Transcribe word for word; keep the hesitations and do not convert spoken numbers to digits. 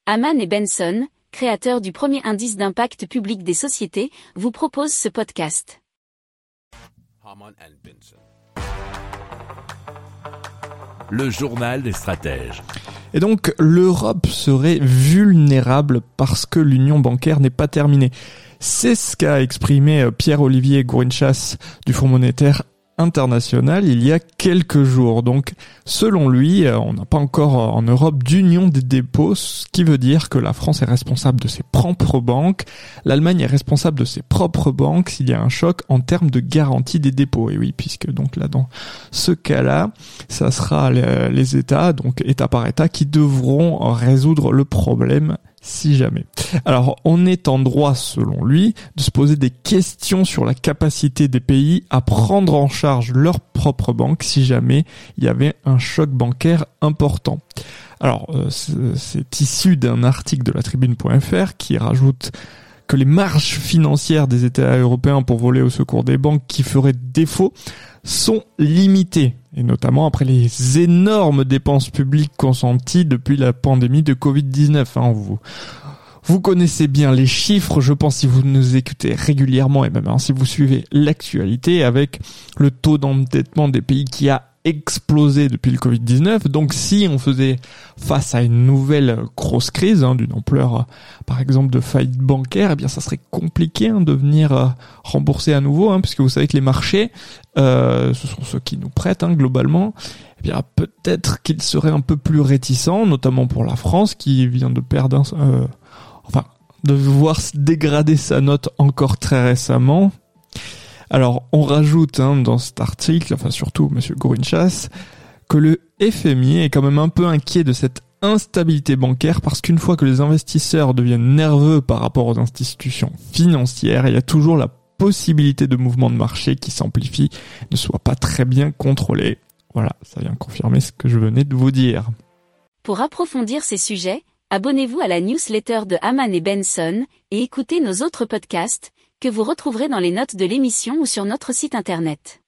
Hamann et Benson, créateurs du premier indice d'impact public des sociétés, vous proposent ce podcast. Hamann and Benson. Le journal des stratèges. Et donc, l'Europe serait vulnérable parce que l'union bancaire n'est pas terminée. C'est ce qu'a exprimé Pierre-Olivier Gourinchas du Fonds monétaire international il y a quelques jours. Donc, selon lui, on n'a pas encore en Europe d'union des dépôts, ce qui veut dire que la France est responsable de ses propres banques, l'Allemagne est responsable de ses propres banques s'il y a un choc en termes de garantie des dépôts. Et oui, puisque donc là, dans ce cas-là, ça sera les, les États, donc État par État, qui devront résoudre le problème si jamais. Alors, on est en droit, selon lui, de se poser des questions sur la capacité des pays à prendre en charge leur propre banque si jamais il y avait un choc bancaire important. Alors, euh, c'est, c'est issu d'un article de la tribune point f r qui rajoute que les marges financières des États européens pour voler au secours des banques qui feraient défaut sont limitées, et notamment après les énormes dépenses publiques consenties depuis la pandémie de covid dix-neuf. Hein, vous, vous connaissez bien les chiffres, je pense, si vous nous écoutez régulièrement, et même hein, si vous suivez l'actualité, avec le taux d'endettement des pays qui a explosé depuis le covid dix-neuf. Donc si on faisait face à une nouvelle grosse crise hein, d'une ampleur euh, par exemple de faillite bancaire, eh bien ça serait compliqué hein, de venir euh, rembourser à nouveau hein, puisque vous savez que les marchés euh, ce sont ceux qui nous prêtent hein, globalement. Eh bien peut-être qu'ils seraient un peu plus réticents, notamment pour la France qui vient de perdre un, euh, enfin de voir se dégrader sa note encore très récemment. Alors, on rajoute hein, dans cet article, enfin surtout Monsieur Gourinchas, que le F M I est quand même un peu inquiet de cette instabilité bancaire parce qu'une fois que les investisseurs deviennent nerveux par rapport aux institutions financières, il y a toujours la possibilité de mouvements de marché qui s'amplifient, ne soient pas très bien contrôlés. Voilà, ça vient confirmer ce que je venais de vous dire. Pour approfondir ces sujets, abonnez-vous à la newsletter de Hamann et Benson et écoutez nos autres podcasts que vous retrouverez dans les notes de l'émission ou sur notre site internet.